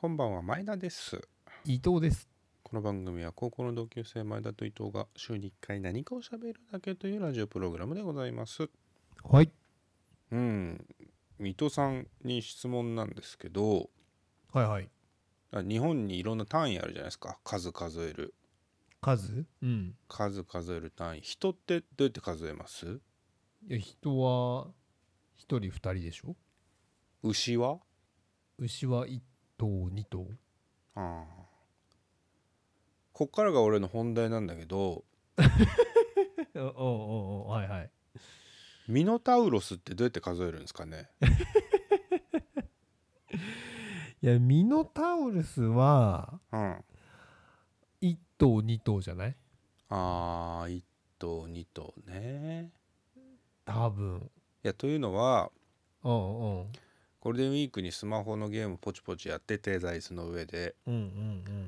こんばんは、前田です。 伊藤です。 この番組は高校の同級生前田と伊藤が週に1回何かを喋るだけというラジオプログラムでございます。 はい。 伊藤さんに質問なんですけど、 はいはい。 日本にいろんな単位あるじゃないですか。数数える単位。人ってどうやって数えます？ いや、人は一人二人でしょ。 牛は？ 牛は一頭二頭。 ああ。こっからが俺の本題なんだけど、 おはいはい。 ミノタウロスってどうやって数えるんですかね？ いや、ミノタウルスはうん。 一頭二頭じゃない？ 1頭2頭ね。 多分。 いや、というのは、 うんうん。 ゴールデンウィークにスマホのゲームポチポチやってて、座椅子の上で。 うんうんうん。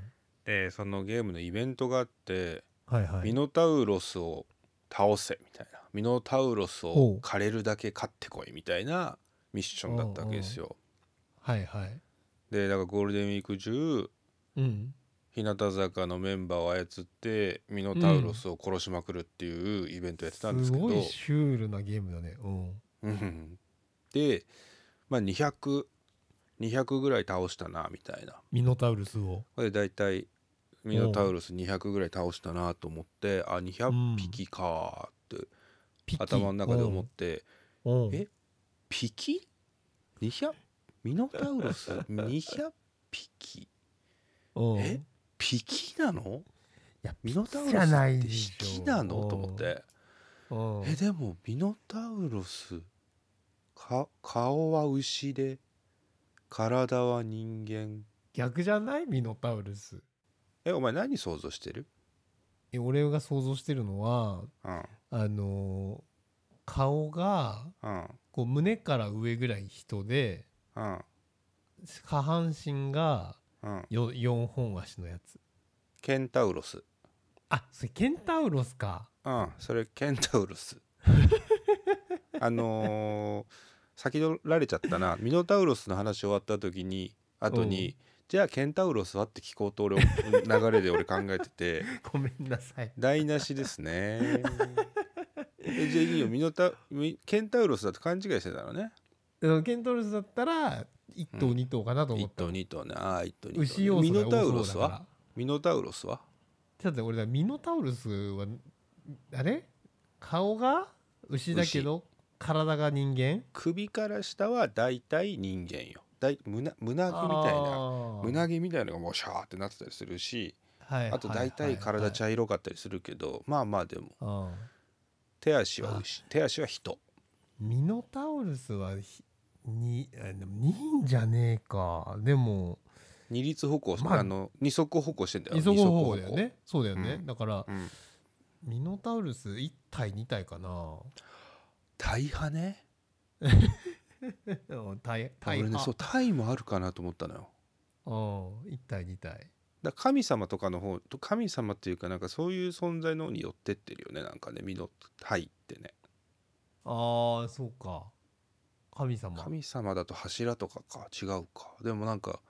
で、そのゲームのイベントがあって、ミはいはい。 ノタウロスを倒せみたいな。ミノタウロスをほう。 狩れるだけ狩ってこいみたいなミッショうンだったわけでんうん。 すよ。 はいはい。 で、だからゴールデンウィーク中、 うん。 日向坂のメンバーを操ってミノタウロうん。 スを殺しまくるっていうイベントやってたんですごいすけど、 シュールなゲームだね。うん。 で、まあ200ぐらい倒したなみたいな。 ミノタウルスを。 でだいたいミノタウうん。 ロス200ぐらい倒したなと思って、200 うん。 匹かーってピキ。 頭の中で思っうん。 て、 うん。 え匹 ?200 ミノタウロス200匹、えうん。 匹なの？ いや、 ミピキノタウロじゃないスってでし匹なのと思っょ。 て、 うん。うん。 でもミノタウロス顔は牛で体は人間。 逆じゃないミノタウルス。 お前何想像してる？ 俺が想像してるのは、 うんあのー顔が、 うんこう胸から上ぐらい人で、 うん下半身がうん。 4本足のやつ。 ケンタウロス。 あ、それケンタウロスか。 それケンタウロス。あのー先取られちゃったな。ミノタウロスの話終わった後に、 うん。 じゃあケンタウロスはって聞こうと流れで俺考えてて、 ごめんなさい。 台無しですね。じゃあいいよ、ケンタウロスだって勘違いしてたのね。 ケンタウロスだったら、1頭うん。 2頭かなと思 1頭ったの。 2頭ね。1頭2頭ね。 牛要素が多ミノタウロスはだって俺ミノタウルスはあれ顔が牛だけ牛。 ど体が人間。 首から下はだいたい人間よ。胸毛みたいな、 あ胸毛みたいなのがもうシャーってなってたりするし、 あはいあとはい大体はいはい。 体茶色かったりするけど、まあまあでもあ手足はあ牛、手足は人。 ミノタウルスはでも忍じゃねえか。でも二律歩行、 まあ二足歩行してんだよ。 二足二足歩行歩行。 だよね。そうだよね。 うんだからうんミノタウルス1体2体かな。 大派ね。 うん体俺ね、そう派。 タイもあるかなと思ったのよ。 うん1体2体。 だから神様とかの方と、神様っていうかなんかそういう存在の方に寄ってってるよね、なんかね。タイってね。 ああそうか。神様。 神様だと柱とかか、違うか。でもなんか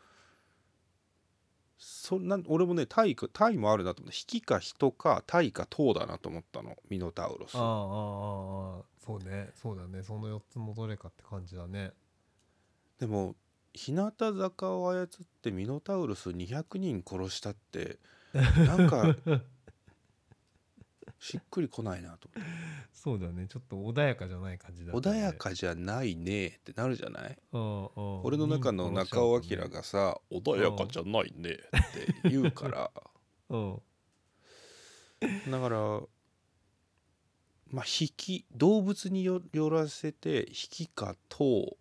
俺もね、タイもあるなと思って、引きか人かタイか塔だなと思ったの、ミノタウロス。 そうね、そうだね、その4つのどれかって感じだね。 でも日向坂を操ってミノタウロス200人殺したってなんかしっくりこないなと思って。 そうだね、ちょっと穏やかじゃない感じだった穏やね。 かじゃないねってなるじゃない。俺の中人の殺しち中尾明ゃうとね。 がさ、穏やかじゃないねって言うから、 うん。 だからまあ動物によらせて引きか塔。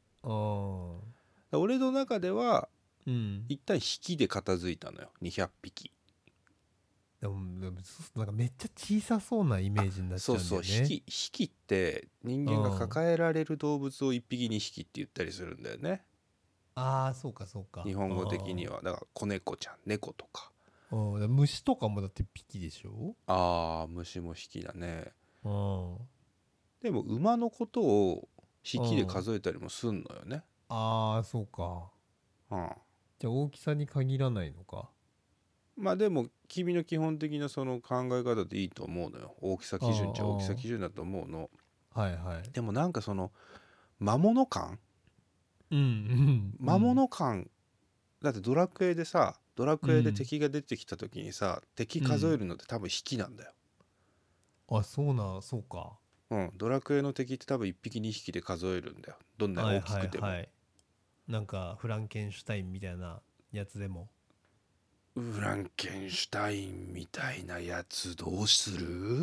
俺の中ではうん。 一旦引きで片付いたのよ、200匹。 でもなんかめっちゃ小さそうなイメージになっちゃうんだそうそう、 よね。 引きって人間が抱えられる動物を1匹2匹って言ったりするんだよね、 ああ、そうかそうか。 日本語的には。だから子猫ちゃん、猫とか。 虫とかもだってピキでしょ。 虫も引きだね。 うん。 でも馬のことを引きでうん。 数えたりもすんのよね。 ああ、そうか。 うん。 じゃあ大きさに限らないのか。 まあでも君の基本的なその考え方でいいと思うのよ。大きさ基準っちゃ大きさ基準だと思うの。 はいはい。 でもなんかその魔物感魔物感だってドラクエでさ、ドラクエで敵が出てきた時にさ、敵数えるのって多分引きなんだよ。 あ、そうか。 ドラクエの敵って多分1匹2匹で数えるんだよ。どんなに大きくても。 はいはいはい。なんかフランケンシュタインみたいなやつでも。 フランケンシュタインみたいなやつどうする？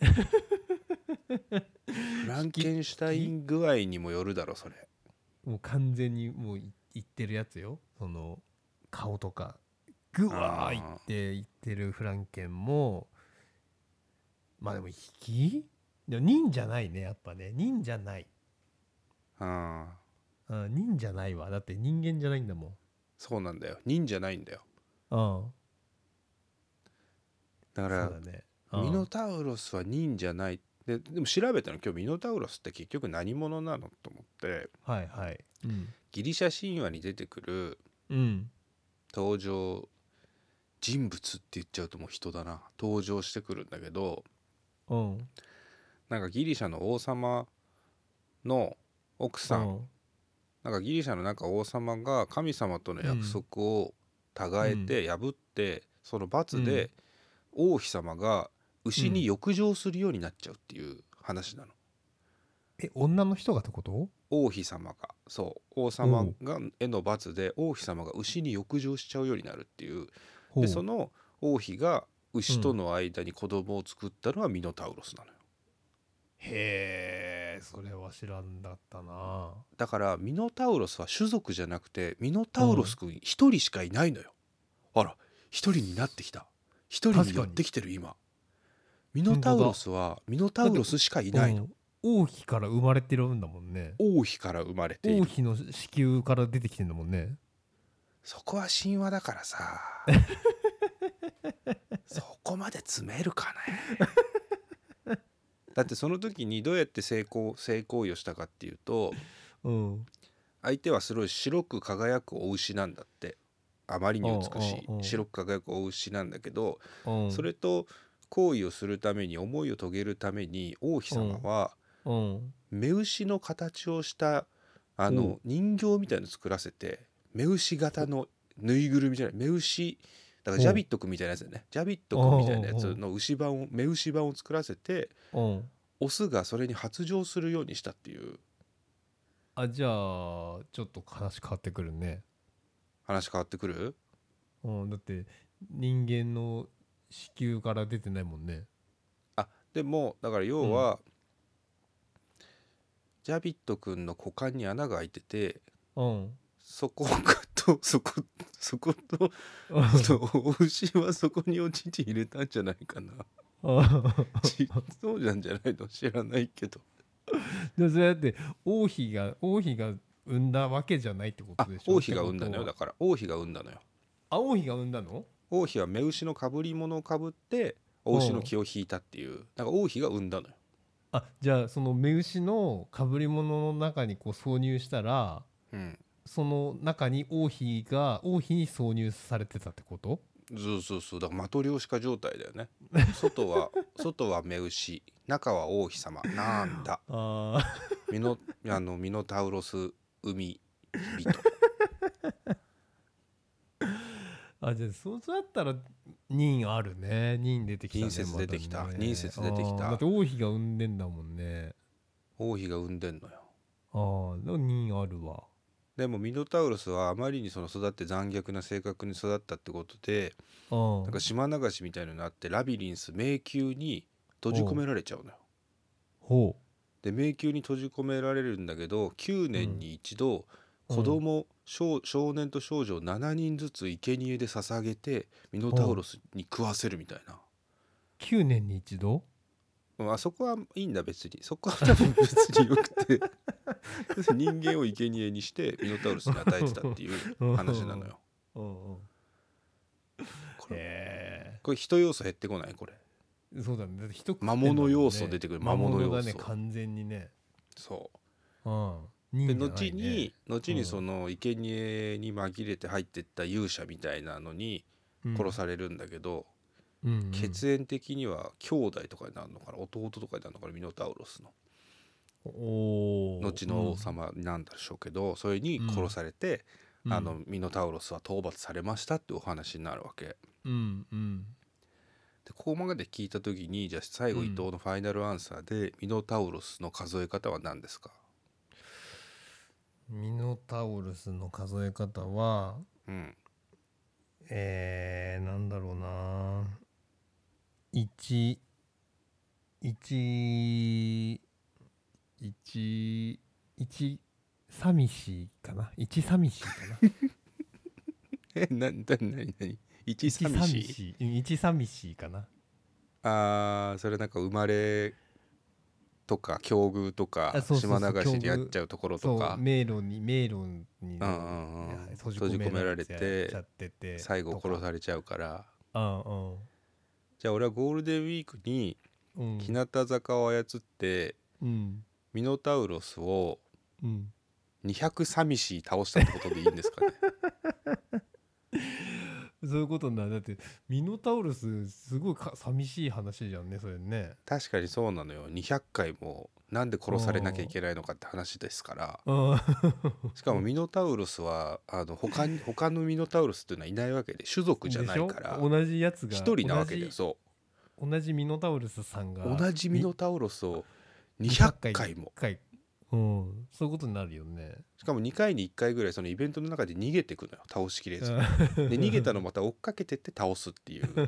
フランケンシュタイン具合にもよるだろそれ。 もう完全にもういってるやつよ。その顔とかグワーいってるフランケンも、まあでもでも忍者ないね、やっぱね。忍者ない。忍者ないわ。だって人間じゃないんだもん。 そうなんだよ。忍者ないんだよ。だから、 ね、 ミノタウロスは忍者ない。でも調べたの今日ミノタウロスって結局何者なのと思って、 はいはい、 ギリシャ神話に出てくる登場人物って言っちゃうともう人だな、登場してくるんだけど、なんかギリシャの王様の奥さん、なんかギリシャのなんか王様が神様との約束を違えて破って、その罰で王妃様が牛に浴場するようになっちゃうっていう話なの。 女の人がってこと？ 王妃様が、そう王様がへの罰で王妃様が牛に浴場しちゃうようになるっていう。でその王妃が牛との間に子供を作ったのはミノタウロスなのよ。 へえ、それは知らんだったな。 だからミノタウロスは種族じゃなくてミノタウロスくん一人しかいないのよ。あら、一人になってきた。一人に寄ってきてる今。ミノタウロスはミノタウロスしかいないの。 王妃から生まれてるんだもんね。 王妃から生まれている。 王妃の子宮から出てきてんだもんね。 そこは神話だからさそこまで詰めるかねだってその時にどうやって性行為をしたかっていうと、相手はすごい白く輝くお牛なんだって。あまりに美しい白く輝くお牛なんだけど、それと行為をするために思いを遂げるために王妃様は目牛の形をした人形みたいの作らせて、目牛型のぬいぐるみじゃない、目牛だからジャビット君みたいなやつだよね。ジャビット君みたいなやつの目牛版を作らせて、オスがそれに発情するようにしたっていう。 じゃあちょっと話変わってくるね。 話変わってくる？ だって人間の子宮から出てないもんね。 でもだから要は、ジャビット君の股間に穴が開いてて、そことお牛はそこにお乳入れたんじゃないかなそうなんじゃないの？知らないけど。 でそれだって王妃が産んだわけじゃないってことでしょ？ 王妃が産んだのよ。だから王妃が産んだのよ。 王妃が産んだの？ 王妃は目牛のかぶり物をかぶってお牛の気を引いたっていう。だから王妃が産んだのよ。 じゃあその目牛のかぶり物の中にこう挿入したら、その中に王妃に挿入されてたってこと？ そうだからマトリョーシカ状態だよね外は目牛、中は王妃様なんだミノタウロス海人じゃあそうだったら任あるね。任出てきたね。 任説出てきた。任説出てきた。 だって王妃が産んでんだもんね。 王妃が産んでんのよ。でも任あるわ。 でもミノタウロスはあまりにその育って残虐な性格に育ったってことで、なんか島流しみたいなのがあってラビリンス迷宮に閉じ込められちゃうのよ。で迷宮に閉じ込められるんだけど、9年に一度子供、少年と少女を7人ずつ生贄で捧げてミノタウロスに食わせるみたいな。 9年に一度？ あそこはいいんだ別に。そこは多分別によくて人間を生贄にしてミノタウロスに与えてたっていう話なのよ。これ人要素減ってこない？これそうだね。だって魔物要素出てくる。魔物要素だね、完全にね。 そうで忍じゃないね。 後にその生贄に紛れて入ってった勇者みたいなのに殺されるんだけど、 うんうん、 血縁的には兄弟とかになるのかな、弟とかになるのかな、ミノタウロスの後の王様なんでしょうけど、それに殺されて、ミノタウロスは討伐されましたってお話になるわけ。 うんうん、 でここまで聞いた時に、じゃあ最後伊藤のファイナルアンサーで、ミノタウロスの数え方は何ですか？ ミノタウロスの数え方は、なんだろうな、1寂しいかな、1寂しいかななに1寂しい 1寂しいかな。 それなんか生まれとか境遇とか島流しにやっちゃうところとか、 迷路に閉じ込められて最後殺されちゃうから。じゃあ俺はゴールデンウィークに日向坂を操って、ミノタウロスを200寂しい倒したってことでいいんですかね？ そういうことになる。だってミノタウロスすごい寂しい話じゃんね、それね。 確かにそうなのよ。200回もなんで殺されなきゃいけないのかって話ですから。しかもミノタウロスは他のミノタウロスっていうのはいないわけで、種族じゃないから、 同じやつが一人なわけで、そう同じミノタウロスさんが同じミノタウロスを200回も、 そういうことになるよね。 しかも2回に1回ぐらいそのイベントの中で逃げてくのよ、倒しきれずで逃げたのまた追っかけてって倒すっていう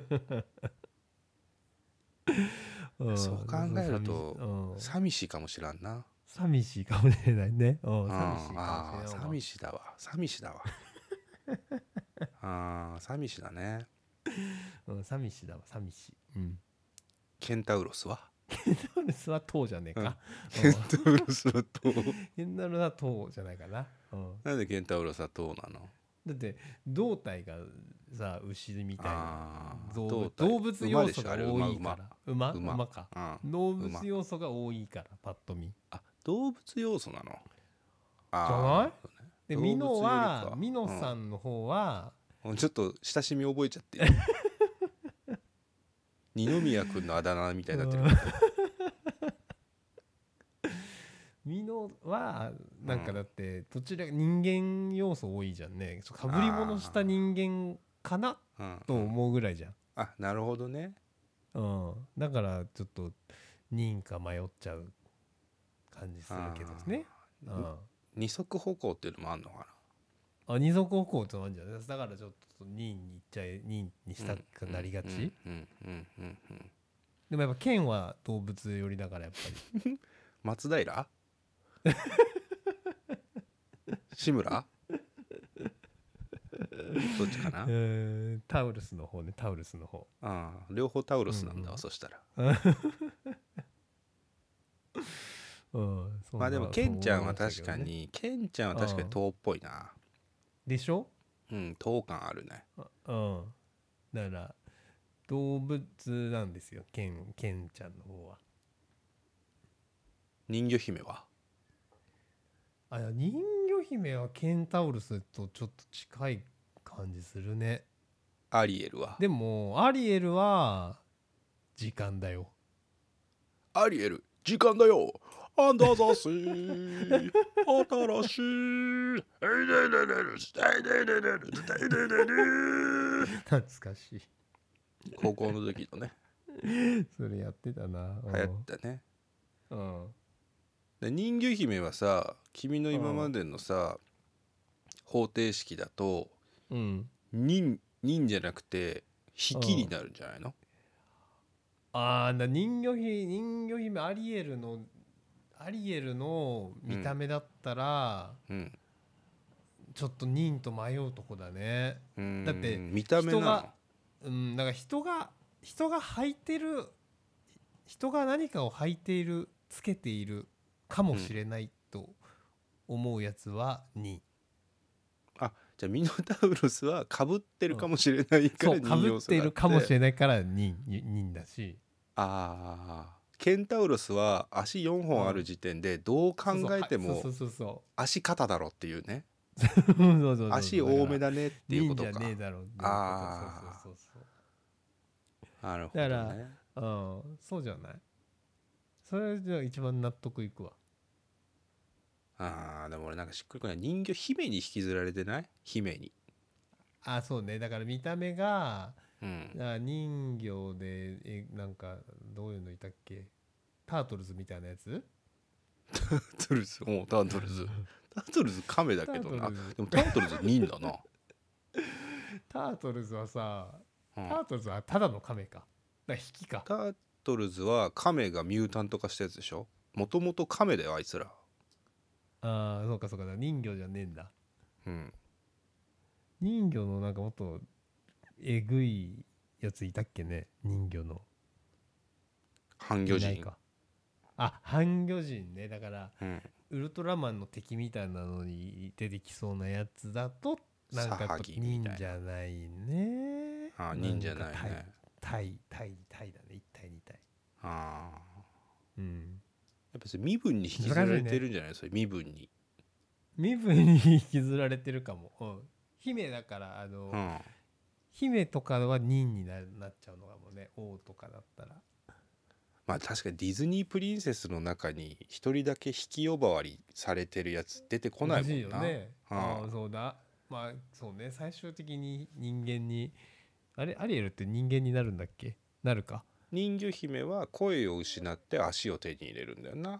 そう考えると寂しいかもしらんな。 寂しいかもしれないね。 寂しだわ寂しだね。 寂しだわ寂しい。 ケンタウロスはケンタウロスは塔じゃねえか。 ケンタウロスは塔ケンタウロスは塔じゃないかな。 なんでケンタウロスは塔なの？ だって胴体がさ牛みたいな動物要素が多いから。馬か。動物要素が多いからパッと見。 動物要素なの？じゃない？でミノさんの方はちょっと親しみ覚えちゃって二宮くんのあだ名みたいになってるミノはなんかだってどちら人間要素多いじゃんね。かぶり物した人間かなと思うぐらいじゃん。 なるほどね。 だからちょっと認か迷っちゃう感じするけどね。 二足歩行っていうのもあんのかな。二足歩行ってのもあるんじゃない？だからちょっと認にいっちゃい認にしたくなりがち。でもやっぱ剣は動物寄りだからやっぱり松平志村どっちかな？ タウルスの方ね、タウルスの方。 両方タウルスなんだわ、そしたらまあでもケンちゃんは確かに塔っぽいな。 でしょ？ 塔感あるね。 だから動物なんですよ、ケンちゃんの方は。 人魚姫は？ 人魚姫はケンタウルスとちょっと近い感じするね。 アリエルは？ でもアリエルは時間だよ。 アリエル時間だよ。アンダーザシー新しい懐かしい。 高校の時のねそれやってたな。 流行ったね。で人魚姫はさ、君の今までのさ方程式だと人じゃなくて引きになるんじゃないの？ 人魚姫アリエルの見た目だったら、ちょっと人と迷うとこだね。だって見た目なの？ だから人が履いてる、人が何かを履いている、つけているかもしれないと思うやつは人。 じゃあミノタウロスはかぶってるかもしれないから人要素があって、 かぶってるかもしれないから人だし。 ケンタウロスは足4本ある時点でどう考えても足肩だろっていうね。足多めだねっていうことか。 忍者ねえだろっていうこと。 ああ、 そうなるほどね。 だからそうじゃない。それじゃ一番納得いくわ。 ああ、でも俺なんかしっくりこない。人魚姫に引きずられてない？姫に。 あ、そうね。だから見た目が、 うん、 人形でなんかどういうのいたっけ？タートルズみたいなやつ？ タートルズ、おうタートルズ。タートルズカメだけどな。でもタートルズ忍だな。 タートルズはさ、 うん、 タートルズはただのカメか。だから引きか。 タートルズはカメがミュータント化したやつでしょ。もともとカメだよあいつら。 ああ、そうかそうか。人魚じゃねえんだ。 うん。 人魚のなんかもっとえぐいやついたっけね、人魚の。 半魚人。 か。あ、半魚人ね。だから、 うん、 ウルトラマンの敵みたいなのに出てきそうなやつだと、なんかやっぱ忍者ないね。 ああ、忍者ないね。 タイだね。一体二体。 ああ。 うん。 やっぱそれ身分に引きずられてるんじゃない？それ身分に。 身分に引きずられてるかも。うん。姫だからうん。 姫とかは忍になっちゃうのかもね。王とかだったら。 まあ確かにディズニープリンセスの中に一人だけ引き呼ばわりされてるやつ出てこないもんな。 欲しいよね。 あああ、そうだ。まあそうね。最終的に人間にアリエルって人間になるんだっけ？なるか。 人魚姫は声を失って足を手に入れるんだよな。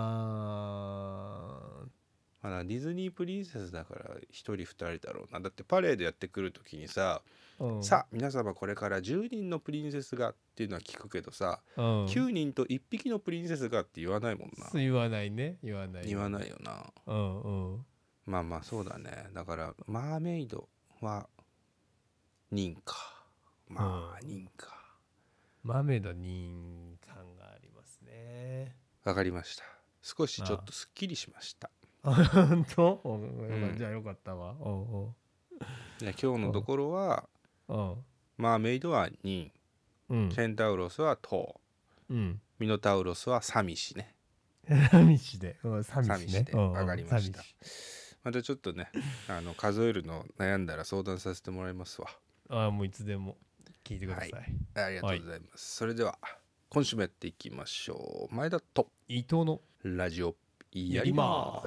まあ、ディズニープリンセスだから一人二人だろうな。だってパレードやってくる時にさ、さあ皆様これから10人のプリンセスがっていうのは聞くけどさ、9人と1匹のプリンセスがって言わないもんな。 言わないね。言わないよな。まあまあそうだね。だからマーメイドは忍か。まあ忍か。 マーメイドは忍感がありますね。 わかりました。少しちょっとすっきりしました。 本当？じゃあよかったわ。 今日のところはマーメイドは忍、ケンタウロスはトウ、ミノタウロスはサミシね。 サミシでわかりました。またちょっとね数えるの悩んだら相談させてもらいますわ。 もういつでも聞いてください。 ありがとうございます。それでは今週もやっていきましょう。前田と伊藤のラジオやります。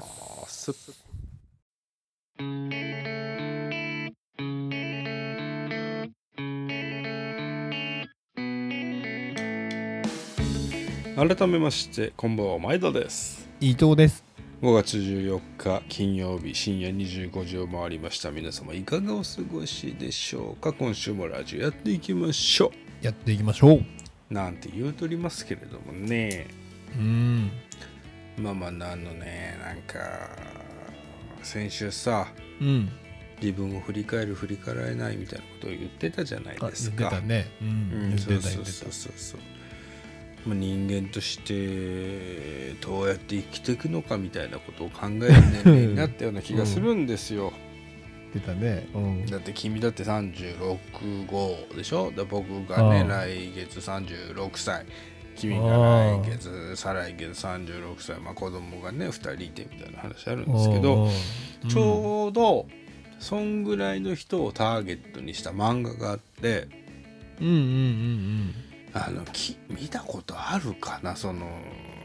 改めましてこんばんは、前田です。 伊藤です。 5月14日金曜日深夜25時を回りました。皆様いかがお過ごしでしょうか。今週もラジオやっていきましょうなんて言うとりますけれどもね。まあなんか先週さ、自分を振り返る振り返られないみたいなことを言ってたじゃないですか。 言ってたね。 そう。人間としてどうやって生きていくのかみたいなことを考える年齢になったような気がするんですよ。 出たね。 だって君だって36号でしょ。僕がね来月36歳、君が来月再来月36歳、子供がね2人いてみたいな話あるんですけど、ちょうどそんぐらいの人をターゲットにした漫画があって、見たことあるかな。その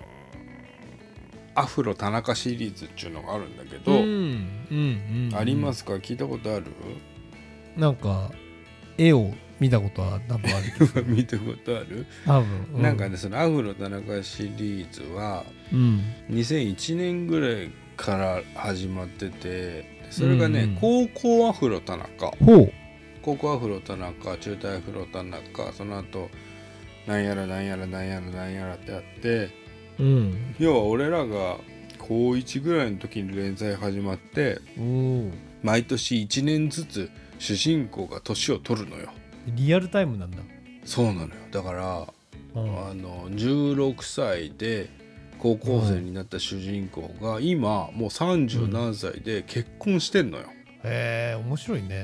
アフロ田中シリーズっていうのがあるんだけど、ありますか？聞いたことある？ なんか絵を見たことは多分ある。 見たことある？ 多分、 なんかね、そのアフロ田中シリーズは2001年ぐらいから始まってて、それがね、高校アフロ田中、高校アフロ田中、中大アフロ田中、その後なんやらってあって、要は俺らが高1ぐらいの時に連載始まって、毎年1年ずつ主人公が年を取るのよ。 リアルタイムなんだ。 そうなのよ。だから16歳で高校生になった主人公が今もう30何歳で結婚してんのよ。 へえ、面白いね。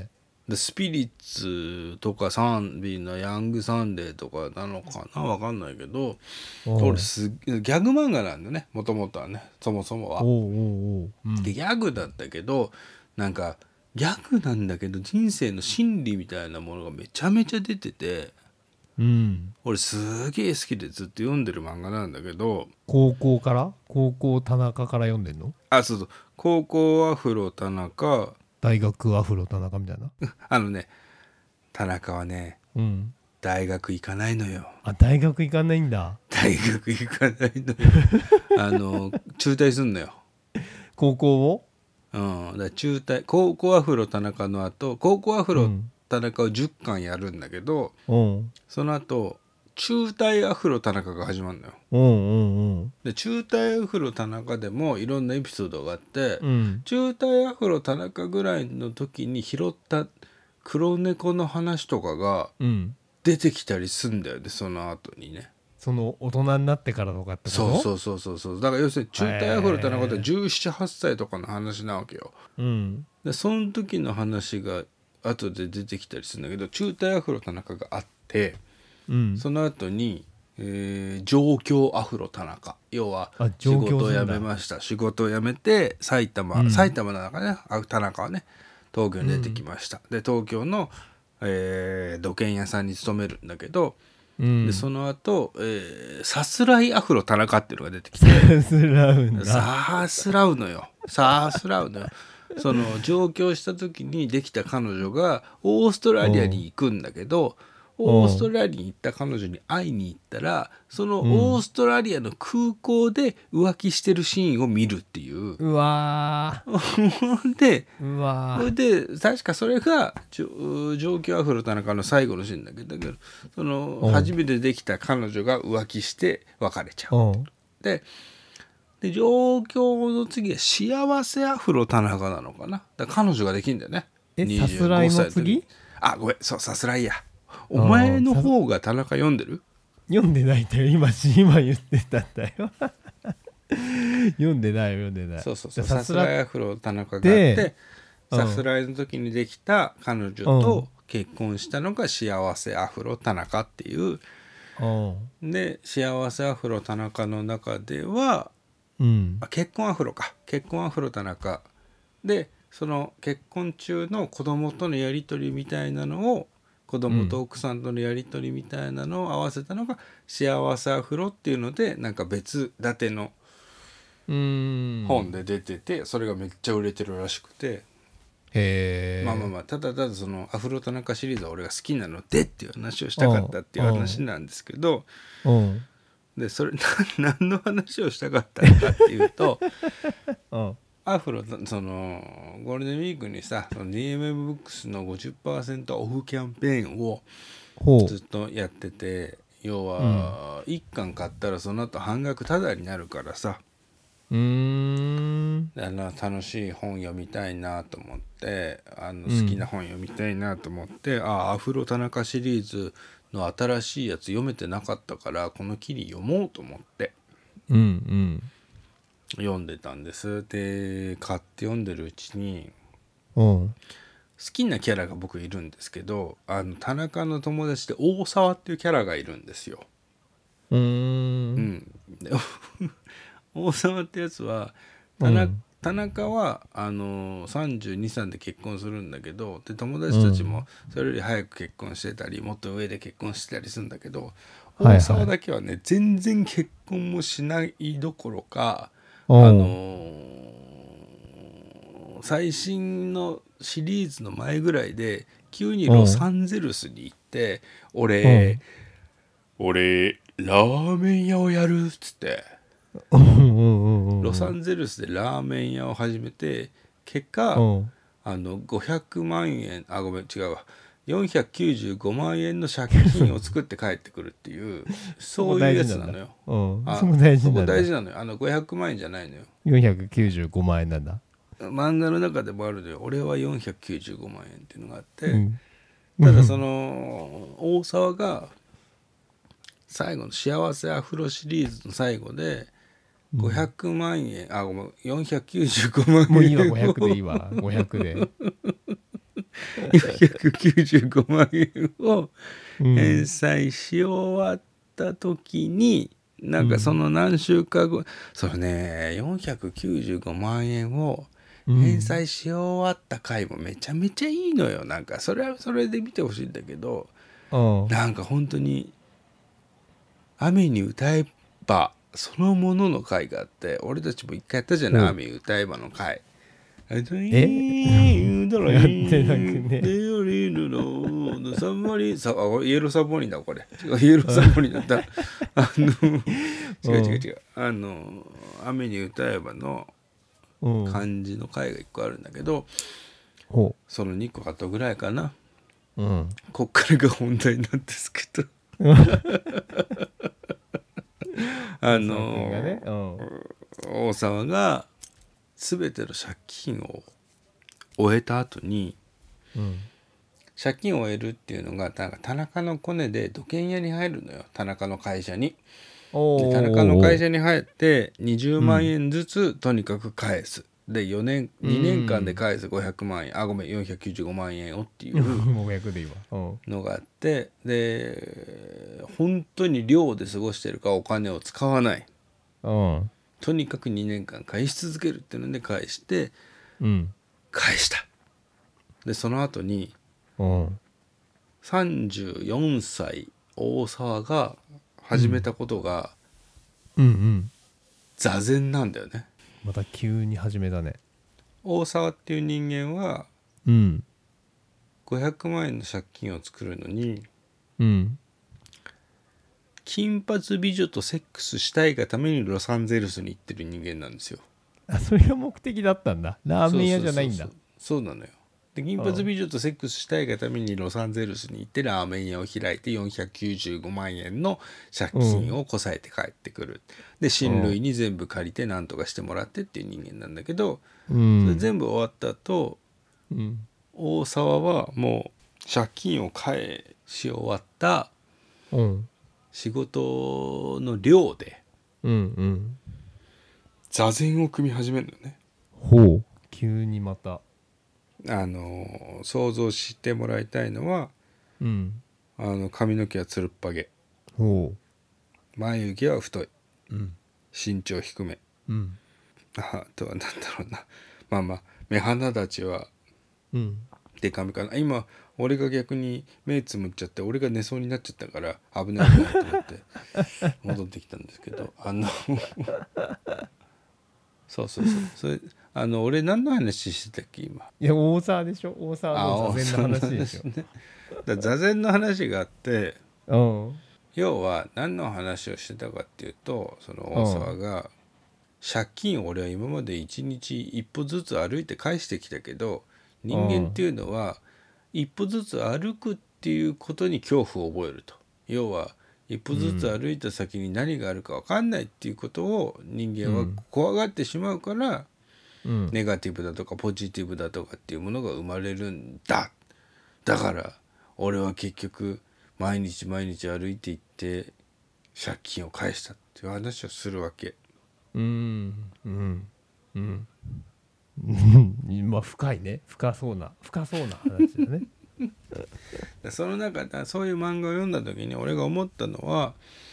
でスピリッツとかサンビのヤングサンデーとかなのかな、わかんないけど、これギャグ漫画なんだよね、もともとはね、そもそもは。でギャグだったけど、なんかギャグなんだけど人生の真理みたいなものがめちゃめちゃ出てて、俺すげえ好きでずっと読んでる漫画なんだけど。 高校田中から読んでんの？ あ、そうそう、高校アフロ田中、 大学アフロ田中みたいな田中はね、 うん大学行かないのよ。 あ、大学行かないんだ。 大学行かないのよ中退すんのよ。 高校をだから中退、高校アフロ田中の後、高校アフロ田中を10巻やるんだけど、その後中退アフロ田中が始まるのよ。で中退アフロ田中でもいろんなエピソードがあって、中退アフロ田中ぐらいの時に拾った黒猫の話とかが出てきたりすんだよね、その後にね。 その大人になってからとかってこと？ そうだから要するに中退アフロ田中って17、8歳とかの話なわけよ。でその時の話が後で出てきたりするんだけど、中退アフロ田中があって、その後に、上京アフロ田中、要は仕事を辞めました、仕事を辞めて埼玉なのかね、田中はね東京に出てきました。で東京の、土建屋さんに勤めるんだけど、でその後、さすらいアフロ田中っていうのが出てきてさすらうのよ。その上京した時にできた彼女がオーストラリアに行くんだけど、オーストラリアに行った彼女に会いに行ったら、そのオーストラリアの空港で浮気してるシーンを見るっていう。 うわで確かそれが上京アフロ田中の最後のシーンだけど、その初めてできた彼女が浮気して別れちゃう。で上京の次は幸せアフロ田中なのかな。だから彼女ができるんだよね。 さすらいの次？ あ、ごめん、そう、さすらいや。お前の方が田中読んでる？ 読んでないって今言ってたんだよ読んでない。 そうさすらいアフロ田中があって、さすらいの時にできた彼女と結婚したのが幸せアフロ田中っていう。で幸せアフロ田中の中では、結婚アフロ田中で、その結婚中の子供とのやり取りみたいなのを、子供と奥さんとのやり取りみたいなのを合わせたのが幸せアフロっていうので、なんか別立ての本で出てて、それがめっちゃ売れてるらしくて、ただそのアフロ田中シリーズは俺が好きなのでっていう話をしたかったっていう話なんですけど、でそれ何の話をしたかったのかっていうとアフロ、そのゴールデンウィークにさ、その DMM ブックスの 50% オフキャンペーンをずっとやってて、要は1巻買ったらその後半額タダになるからさ、楽しい本読みたいなと思って、好きな本読みたいなと思って、アフロ田中シリーズの新しいやつ読めてなかったから、この機に読もうと思って読んでたんです。で買って読んでるうちに、好きなキャラが僕いるんですけど、田中の友達で大沢っていうキャラがいるんですよ。で大沢ってやつは田中は32歳で結婚するんだけど、で友達たちもそれより早く結婚してたり、もっと上で結婚してたりするんだけど、大沢だけはね、全然結婚もしないどころか、最新のシリーズの前ぐらいで急にロサンゼルスに行って、俺ラーメン屋をやるっつってロサンゼルスでラーメン屋を始めて、結果500万円ごめん違うわ495万円の借金を作って帰ってくるっていうそういうやつなのよ。そこ大事なのよ。500万円じゃないのよ。 495万円なんだ。 漫画の中でもあるのよ。俺は495万円っていうのがあって、ただその大沢が最後の幸せアフロシリーズの最後で500万円ごめん495万円もういいわ500でいいわ500で 495万円を返済し終わった時に、なんかその何週間後、それね495万円を返済し終わった回もめちゃめちゃいいのよ。なんかそれはそれで見てほしいんだけど、なんか本当に雨に歌えばそのものの回があって、俺たちも一回やったじゃない、雨に歌えばの回。やってなくね。サブマリン、イエローサブマリンだこれ。違う、イエローサブマリンだった。違う。雨に歌えばの漢字の回が一個あるんだけど、その2個後ぐらいかな。こっからが本題なんですけど。大沢が全ての借金を終えた後に、借金を終えるっていうのがなんか田中のコネで土建屋に入るのよ、田中の会社に。で田中の会社に入って20万円ずつとにかく返す。で2年間で返す500万円、495万円をっていうのがあって、で本当に寮で過ごしてるからお金を使わない、とにかく2年間返し続けるっていうので返して、返した。でその後に34歳大沢が始めたことが座禅なんだよね。 また急に始めたね。 大沢っていう人間は500万円の借金を作るのに、金髪美女とセックスしたいがためにロサンゼルスに行ってる人間なんですよ。 あ、それが目的だったんだ。ラーメン屋じゃないんだ。 そうなのよ。で金髪美女とセックスしたいがためにロサンゼルスに行ってラーメン屋を開いて495万円の借金をこさえて帰ってくる。で親類に全部借りて何とかしてもらってっていう人間なんだけど、それ全部終わった後、大沢はもう借金を返し終わった仕事の寮で座禅を組み始めるのね。 急にまた想像してもらいたいのは、髪の毛はつるっぱげ、眉毛は太い、身長低め、あとはなんだろうな、目鼻立ちはデカめかな。今俺が逆に目つむっちゃって俺が寝そうになっちゃったから危ないなと思って戻ってきたんですけどそうそれ俺何の話してたっけ今。 いや大沢でしょ。大沢の座禅の話でしょ。 だ座禅の話があって、要は何の話をしてたかっていうと、その大沢が借金を俺は今まで一日一歩ずつ歩いて返してきたけど、人間っていうのは一歩ずつ歩くっていうことに恐怖を覚えると。要は一歩ずつ歩いた先に何があるか分かんないっていうことを人間は怖がってしまうから、ネガティブだとかポジティブだとかっていうものが生まれるんだ。だから俺は結局毎日歩いていって借金を返したっていう話をするわけ。 まあ深いね。深そうな話だね。 その中でそういう漫画を読んだ時に俺が思ったのは、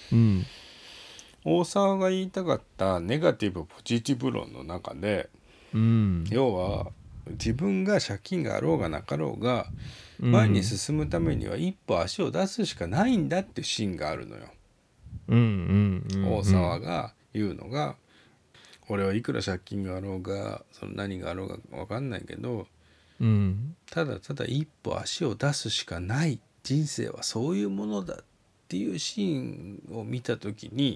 大沢が言いたかったネガティブポジティブ論の中で、要は自分が借金があろうがなかろうが前に進むためには一歩足を出すしかないんだっていうシーンがあるのよ。大沢が言うのが、俺はいくら借金があろうがその何があろうが分かんないけど、ただただ一歩足を出すしかない、人生はそういうものだっていうシーンを見た時に、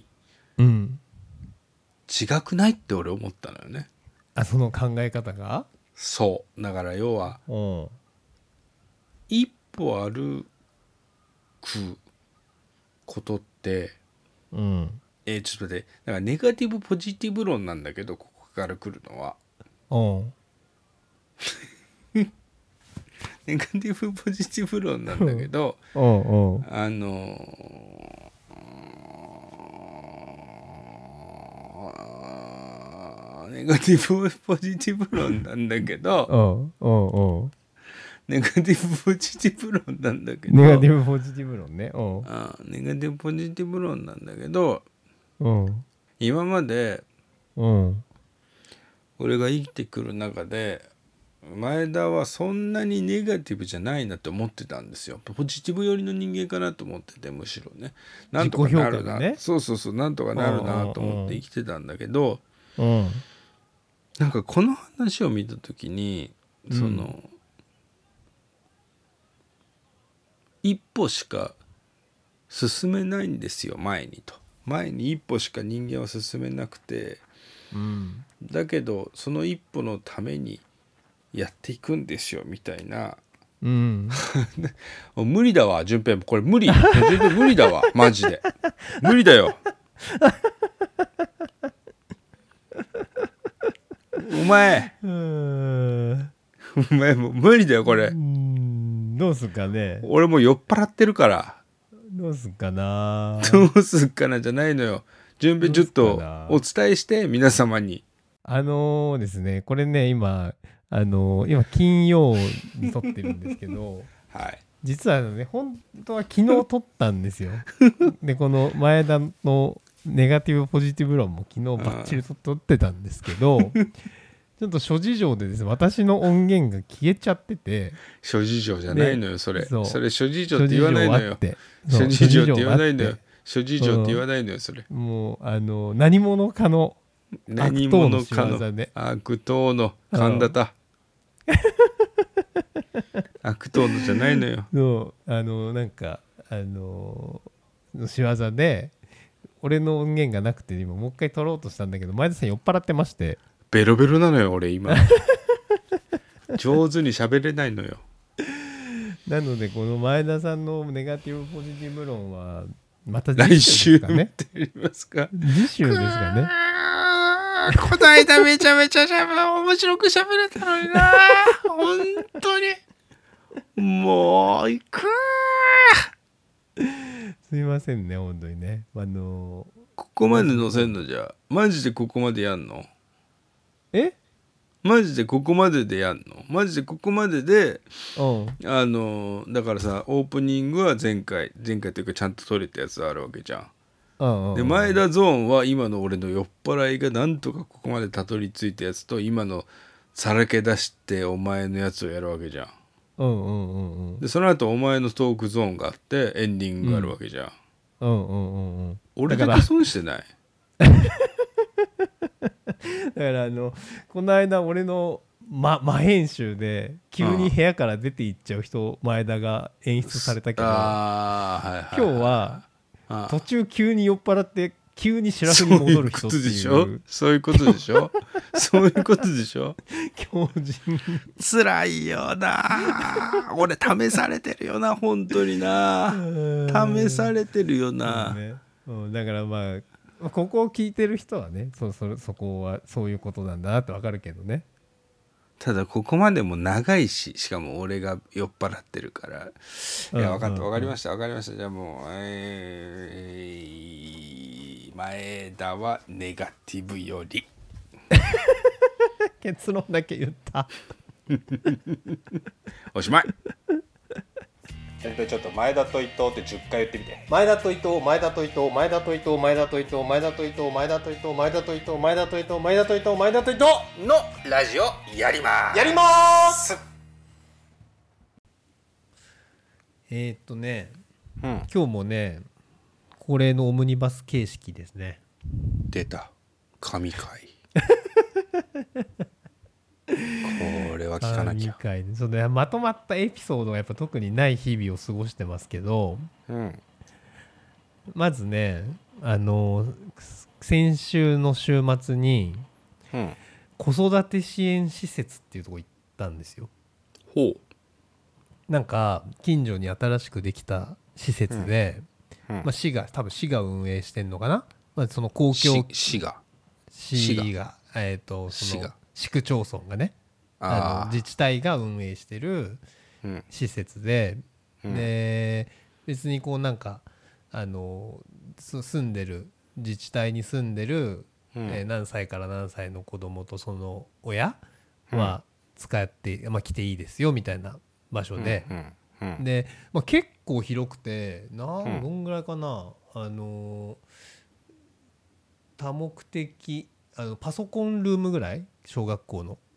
違くないって俺思ったのよね。 その考え方が。 そうだから要は一歩歩くことって、ちょっと待って、だからネガティブポジティブ論なんだけど、ここから来るのはネガティブポジティブ論なんだけど、ネガティブポジティブ論なんだけどネガティブポジティブ論なんだけど、 ネガティブポジティブ論ね。 ネガティブポジティブ論なんだけど、今まで俺が生きてくる中で前田はそんなにネガティブじゃないなって思ってたんですよ。ポジティブ寄りの人間かなと思ってて、むしろね、なんとかなるな、ね、そうなんとかなるなと思って生きてたんだけど、なんかこの話を見た時にその、一歩しか進めないんですよ、前に一歩しか人間は進めなくて、だけどその一歩のためにやっていくんですよみたいな、無理だわ順平、これ無理、全然無理だわマジで無理だよお前もう無理だよこれ。 どうすっかね。 俺もう酔っ払ってるから。 どうすっかな。 どうすっかなじゃないのよ。順平ちょっとお伝えして皆様に。 ですね、これね今金曜に撮ってるんですけど、 はい、 実はね本当は昨日撮ったんですよでこの前田のネガティブポジティブ論も昨日バッチリ撮ってたんですけどちょっと諸事情でですね、私の音源が消えちゃってて。 諸事情じゃないのよそれ諸事情って言わないのよ。諸事情って言わないのよ。諸事情って言わないのよそれ。 もう何者かの何者かの悪党の神田だ悪党のじゃないのよ。 なんか仕業で俺の音源がなくて今もう一回撮ろうとしたんだけど、前田さん酔っ払ってまして、 ベロベロなのよ俺今上手に喋れないのよなのでこの前田さんのネガティブポジティブ論はまた次週ですかね。 来週やりますか。 次週ですかね。 この間めちゃめちゃ面白く喋れたのにな本当にもういくすいませんね本当にね。 ここまで載せんのじゃマジでここまでやんの？マジでここまででやんの？マジでここまでで、だからさオープニングは前回というかちゃんと撮れたやつあるわけじゃん。で前田ゾーンは今の俺の酔っ払いがなんとかここまでたどり着いたやつと今のさらけ出してお前のやつをやるわけじゃん。でその後お前のトークゾーンがあってエンディングがあるわけじゃん。俺だけ損してない？ だからこの間俺の真編集で急に部屋から出て行っちゃう人前田が演出されたけど、今日は途中急に酔っ払って急にシラフに戻る人っていうそういうことでしょそういうことでしょ強靭つらいよな俺試されてるよな本当にな試されてるよな、 だからまあここを聞いてる人はねそこはそういうことなんだなってわかるけどね。 ただここまでも長いしかも俺が酔っ払ってるからいや分かった分かりましたじゃあもう前田はネガティブより結論だけ言ったおしまいちょっと前田と伊藤って10回言ってみて。 前田と伊藤前田と伊藤前田と伊藤前田と伊藤前田と伊藤前田と伊藤前田と伊藤前田と伊藤前田と伊藤前田と伊藤のラジオやりますね、今日もね恒例のオムニバス形式ですね。 出た神回これは聞かなきゃ。 そのまとまったエピソードがやっぱ特にない日々を過ごしてますけど、まずね先週の週末に、子育て支援施設っていうとこ行ったんですよ。なんか近所に新しくできた施設で、市が運営してんのかな、その公共市がその市区町村がね自治体が運営してる施設で、で別にこうなんか住んでる自治体に住んでる、何歳から何歳の子供とその親は使って、来ていいですよみたいな、 場所で、 うんうんで、まあ、結構広くてどんんぐらいかな、多目的パソコンルームぐらい、小学校の。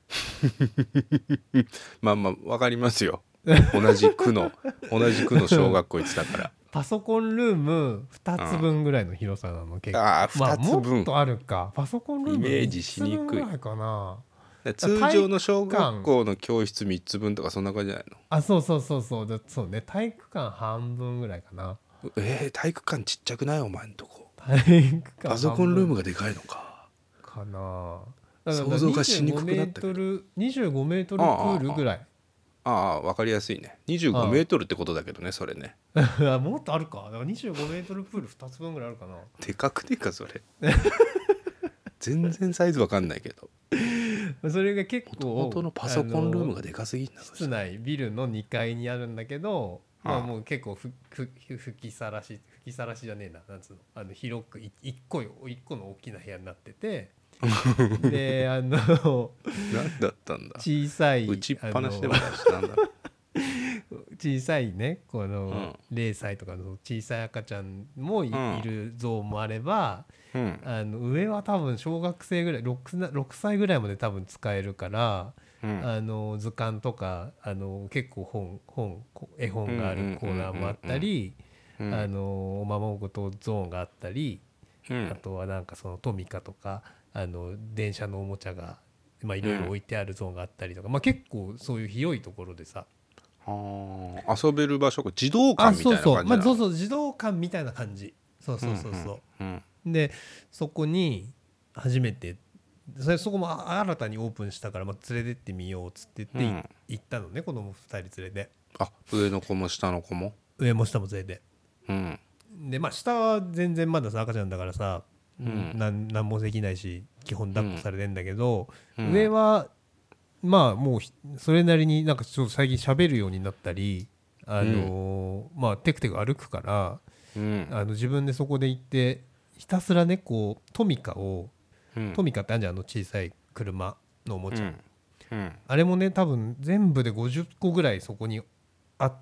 まあまあ分かりますよ。同じ区の小学校行ってたから。 パソコンルーム2つ分ぐらいの広さなの結構。 ああまあ 2つ分、 もっとあるか、パソコンルームイメージしにくい 3つ分ぐらいかな。 通常の小学校の教室3つ分とかそんな感じじゃないの？ あ、そうそうそうそう、そうね、体育館半分ぐらいかな。 体育館ちっちゃくない？お前んとこ体育館パソコンルームががでかいのか。 かな。だから想像がしにくくなったけど。 25メートルプールぐらい。 ああ分かりやすいね。25メートルってことだけどね、それね。 もっとあるか。だから25メートルプール2つ分ぐらいあるかな。 でかくねえかそれ。全然サイズ分かんないけど。 それが結構元のパソコンルームがでかすぎんだ。 室内ビルの2階にあるんだけど、まあ、もう結構吹きさらしじゃねえな、なんつうの、広く一個の大きな部屋になっててで何だったんだ。 小さい打ちっぱなしでもないしなんだろう。 小さいね、この0歳とかの小さい赤ちゃんもいる像もあれば、上は多分小学生ぐらい 6歳ぐらいまで多分使えるから、図鑑とか結構絵本があるコーナーもあったり、おままごとゾーンがあったり、あとはなんかそのトミカとか電車のおもちゃがいろいろ置いてあるゾーンがあったりとか、まあ、結構そういう広いところでさ、 遊べる場所、児童館みたいな感じなの？ まあ、そう児童館みたいな感じ。そうそうそうそう、でそこに初めてそこも新たにオープンしたから、まあ、連れてってみようっつって言って行ったのね、子供2人連れて。 上の子も下の子も？ 上も下も連れて、でまあ下は全然まださ赤ちゃんだからさ、何もできないし基本抱っこされてんだけど、上はまあもうそれなりになんかちょっと最近喋るようになったり、まあテクテク歩くから、自分でそこで行ってひたすらねこうトミカってあるじゃん、小さい車のおもちゃ、あれもね多分全部で50個ぐらいそこにあって、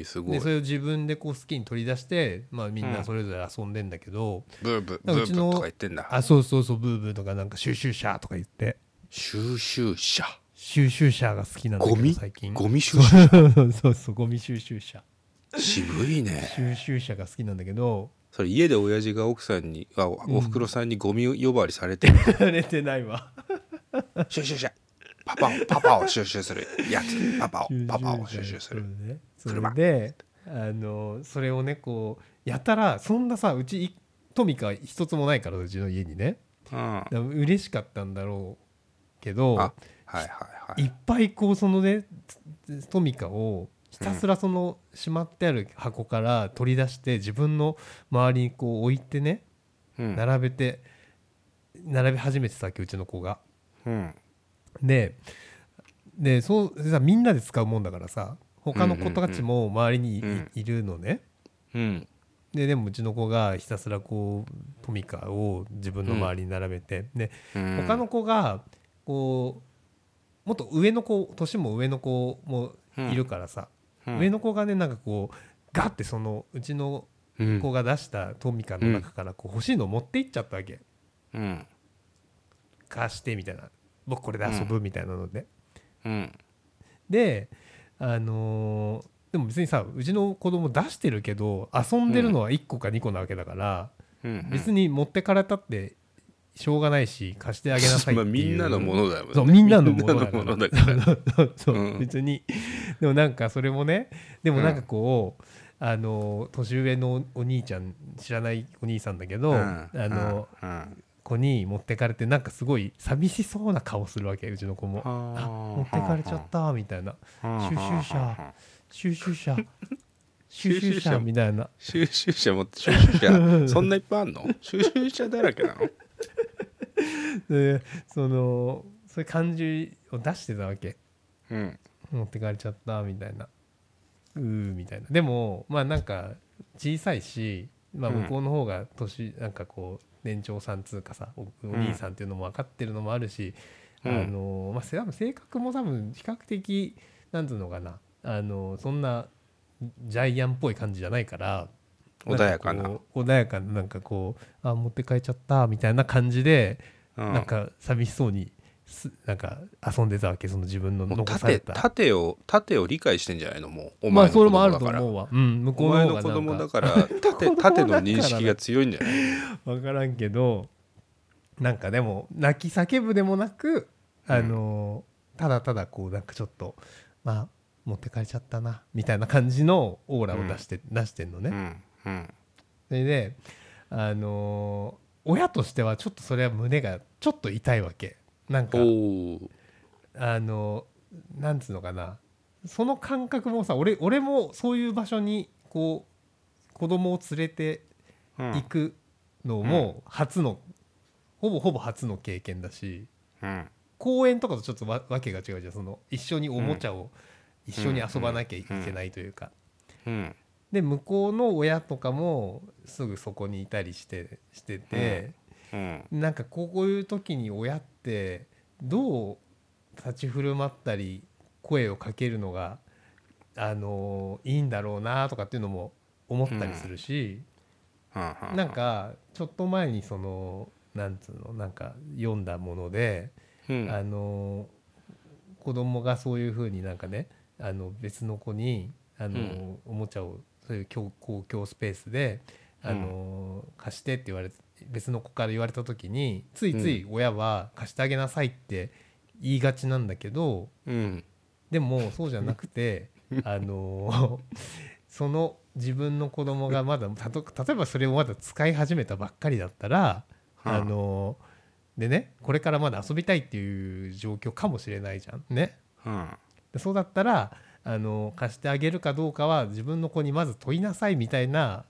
すごい。 でそれを自分でこう好きに取り出して、まあ、みんなそれぞれ遊んでんだけど、 ブーブーブーブーとか言ってんだ。 そうそうそう、ブーブーとかなんか収集車とか言って、 収集車が好きなんだけど最近。 ゴミ収集車そうそう、ゴミ収集車、 渋いね。 収集車が好きなんだけど、 それ家で親父が奥さんにおふくろさんにゴミ呼ばわりされてる？ されてないわ。 収集車、パパを収集するやつ、パパを収集する車で、それをねこうやたら、そんなさうちトミカ一つもないからうちの家にね、嬉しかったんだろうけど、いっぱいこうそのねトミカをひたすらそのしまってある箱から取り出して自分の周りにこう置いてね、並べ始めてたわけ、うちの子が。でそうさ、みんなで使うもんだからさ、他の子たちも周りにいるのね。でもうちの子がひたすらこうトミカを自分の周りに並べて、で他の子がこうもっと上の子、年も上の子もいるからさ、上の子がねなんかこうガッてそのうちの子が出したトミカの中からこう欲しいのを持っていっちゃったわけ。貸してみたいな、僕これで遊ぶみたいなので、ででも別にさうちの子供出してるけど遊んでるのは1個か2個なわけだから、別に持ってかれたってしょうがないし貸してあげなさいっていう、 みんなのものだよね。 そうみんなのものだからそう別に。でもなんかそれもね、でもなんかこう年上のお兄ちゃん、知らないお兄さんだけど、子に持ってかれてなんかすごい寂しそうな顔するわけ、うちの子も。持ってかれちゃったみたいな、収集車みたいな。 収集車持って、収集車そんないっぱいあんの？収集車だらけなの？ でそういう感じを出してたわけ、持ってかれちゃったみたいな、みたいな。でもまあなんか小さいし、まあ、向こうの方がなんかこう年長さんつうかさ お兄さんっていうのも分かってるのもあるし、まあ、性格も多分比較的なんつうのかな、そんなジャイアンっぽい感じじゃないから、 穏やかな、 穏やかな、なんかこう、あ、持って帰っちゃったみたいな感じで、なんか寂しそうになんか遊んでたわけ、その自分の残された盾を理解してんじゃないの、もうおまあ前の子それもあると供だから、 思うわ。うん、向こうの方がお前の子供だから盾の認識が強いんじゃない？ 分からんけど、なんかでも泣き叫ぶでもなく、ただただこうなんかちょっとまあ持ってかれちゃったなみたいな感じのオーラを出してんのね。それで親としてはちょっとそれは胸がちょっと痛いわけ。なんかなんつうのかな、その感覚もさ、俺もそういう場所にこう子供を連れて行くのも初の、ほぼ初の経験だし、公園とかとちょっとわけが違うじゃん。その一緒におもちゃを一緒に遊ばなきゃいけないというか、で向こうの親とかもすぐそこにいたりしてて、なんかこういう時に親ってどう立ち振る舞ったり声をかけるのがいいんだろうなとかっていうのも思ったりするし、なんかちょっと前にそのなんつうの、なんか読んだもので、子供がそういう風になんかね、別の子におもちゃをそういう公共スペースで貸してって言われて、別の子から言われた時についつい親は貸してあげなさいって言いがちなんだけど、でもそうじゃなくてその自分の子供がまだ例えばそれをまだ使い始めたばっかりだったら、でね、これからまだ遊びたいっていう状況かもしれないじゃんね。でそうだったら貸してあげるかどうかは自分の子にまず問いなさいみたいな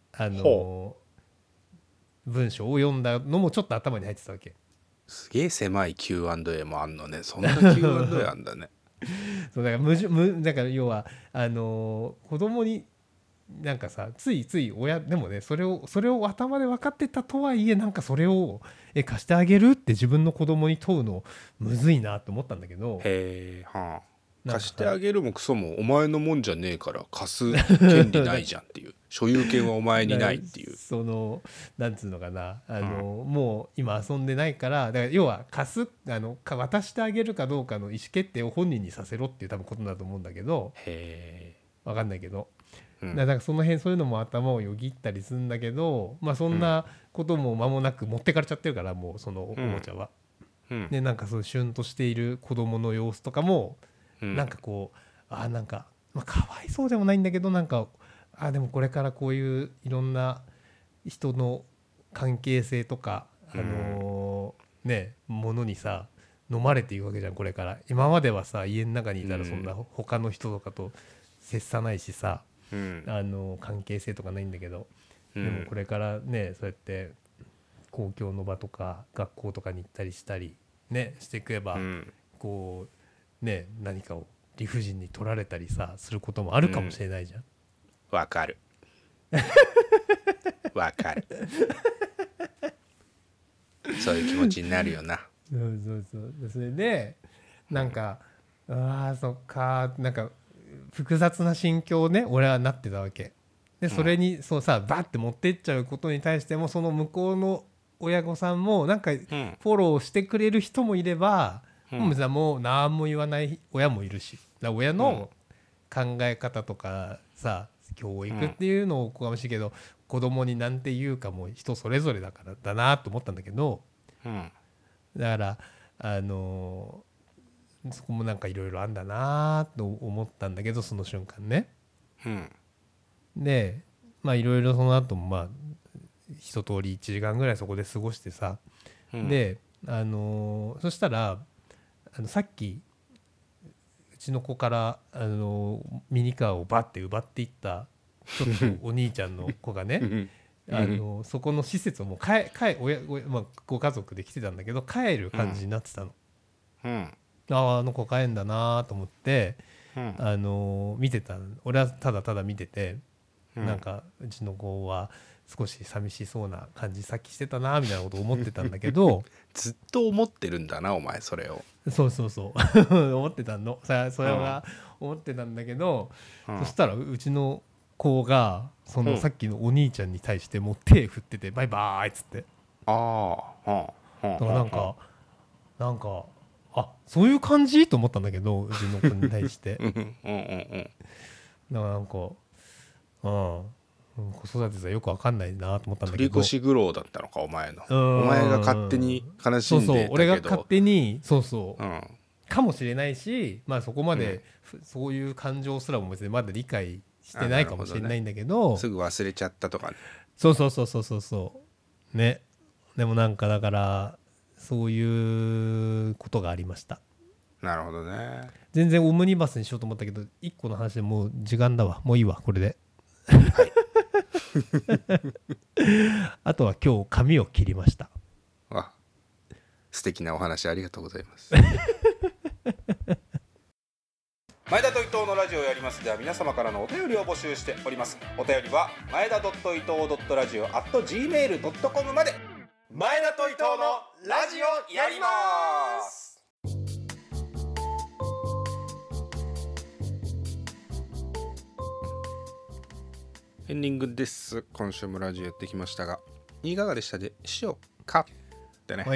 文章を読んだのもちょっと頭に入ってたわけ。 すげえ狭い Q&A もあんのね。そんな Q&A あんだね。 そうだからだから要は子供になんかさ、ついつい親でもね、それを頭で分かってたとはいえ、なんかそれを貸してあげるって自分の子供に問うのむずいなと思ったんだけど。 へえ、貸してあげるもクソもお前のもんじゃねえから貸す権利ないじゃんっていう所有権はお前にないっていう、 そのなんつうのかな、もう今遊んでないから、だから要は貸す渡してあげるかどうかの意思決定を本人にさせろっていう多分ことだと思うんだけど、分かんないけど、だからその辺そういうのも頭をよぎったりするんだけど、まあそんなことも間もなく持ってかれちゃってるから、もうそのおもちゃは。でなんかそういうシュンとしている子供の様子とかもなんかこうなんか、まあ、かわいそうでもないんだけど、なんかでもこれからこういういろんな人の関係性とかね、ものにさ飲まれていくわけじゃん、これから。今まではさ家の中にいたらそんな他の人とかと接さないしさ、関係性とかないんだけど、でもこれからね、そうやって公共の場とか学校とかに行ったりしたりねしていけば、こうね、何かを理不尽に取られたりさすることもあるかもしれないじゃん。 わかるわかるそういう気持ちになるよな。 そうそれでなんかそっか、なんか複雑な心境をね俺はなってたわけで、それにそうさバッて持ってっちゃうことに対しても、その向こうの親御さんもなんかフォローしてくれる人もいれば、もう何も言わない親もいるし、だ親の考え方とかさ、教育っていうのをおこがましいけど、子供に何て言うかも人それぞれだからだなと思ったんだけど、だからそこもなんかいろいろあんだなと思ったんだけど、その瞬間ね。でまあいろいろその後もまあ一通り1時間ぐらいそこで過ごしてさ、でそしたらさっきうちの子からミニカーをバッて奪っていったちょっとお兄ちゃんの子がねそこの施設をもうまあ、ご家族で来てたんだけど帰る感じになってたの。あの子帰んだなと思って見てた。俺はただただ見てて、 なんかうちの子は少し寂しそうな感じさっきしてたなみたいなことを思ってたんだけどずっと思ってるんだなお前それを。 そう思ってたのそれは思ってたんだけど、そしたらうちの子がそのさっきのお兄ちゃんに対してもう手振っててバイバーイっつって、 だからなんかそういう感じと思ったんだけどうちの子に対してだからなんか子育てさよくわかんないなと思ったんだけど、 取り越し苦労だったのかお前の。お前が勝手に悲しんでたけど、 俺が勝手にかもしれないし、まあそこまで、そういう感情すらも別にまだ理解してないかもしれないんだけど、 すぐ忘れちゃったとかね。 そうね。でもなんかだからそういうことがありました。 なるほどね。 全然オムニバスにしようと思ったけど1個の話でもう時間だわ。もういいわこれで。はいあとは今日髪を切りました。 素敵なお話ありがとうございます前田と伊藤のラジオをやりますでは皆様からのお便りを募集しております。お便りは前田伊藤.radio@gmail.com まで。前田と伊藤のラジオやります。エンディングです。今週もラジオやってきましたがいかがでしたでしょうかってね。 はい、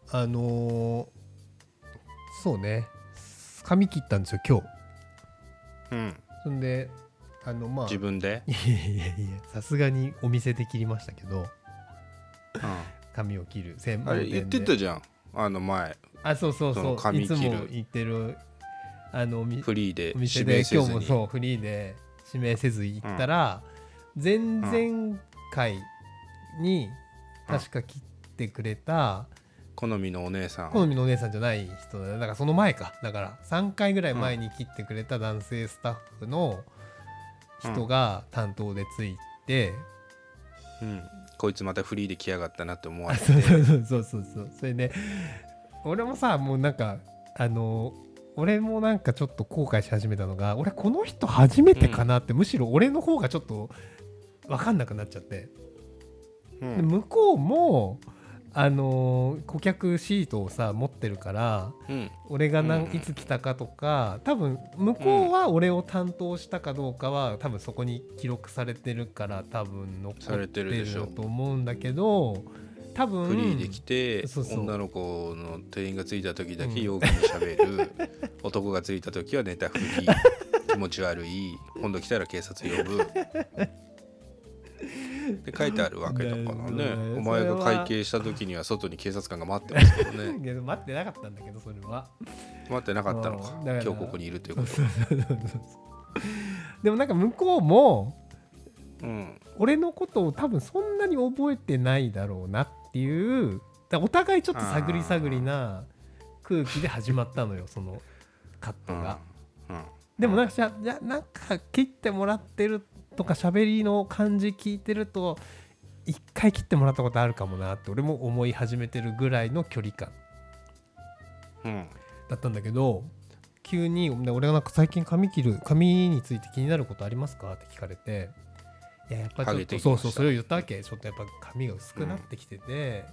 そうね髪切ったんですよ今日。そんで自分でいやさすがにお店で切りましたけど、髪を切る専門店で。 あれ言ってたじゃん前。 そういつも言ってるフリーでお店で今日もそうフリーで指名せず行ったら、前々回に確か切ってくれた、 好みのお姉さんじゃない人だからその前か。だから3回ぐらい前に切ってくれた男性スタッフの人が担当でついて、 こいつまたフリーで来やがったなって思われてそうそれで俺もさもうなんか俺もなんかちょっと後悔し始めたのが、俺この人初めてかなって、むしろ俺の方がちょっと分かんなくなっちゃって、で向こうも顧客シートをさ持ってるから、俺がいつ来たかとか多分向こうは俺を担当したかどうかは多分そこに記録されてるから多分残ってると思うんだけど、多分フリーで来て女の子の店員がついた時だけ陽気に喋る、男がついた時はネタ振り気持ち悪い、今度来たら警察呼ぶって書いてあるわけだからね。お前が会計した時には外に警察官が待ってますけどね待ってなかったんだけど、それは待ってなかったのか。今日ここにいるということでもなんか向こうも、俺のことを多分そんなに覚えてないだろうなっていう、お互いちょっと探り探りな空気で始まったのよそのカットが。でもなんか切ってもらってるとか喋りの感じ聞いてると一回切ってもらったことあるかもなって俺も思い始めてるぐらいの距離感だったんだけど、急に俺がなんか最近髪について気になることありますかって聞かれて、いややっぱちょっとそうそれを言ったわけ。ちょっとやっぱ髪が薄くなってきてて、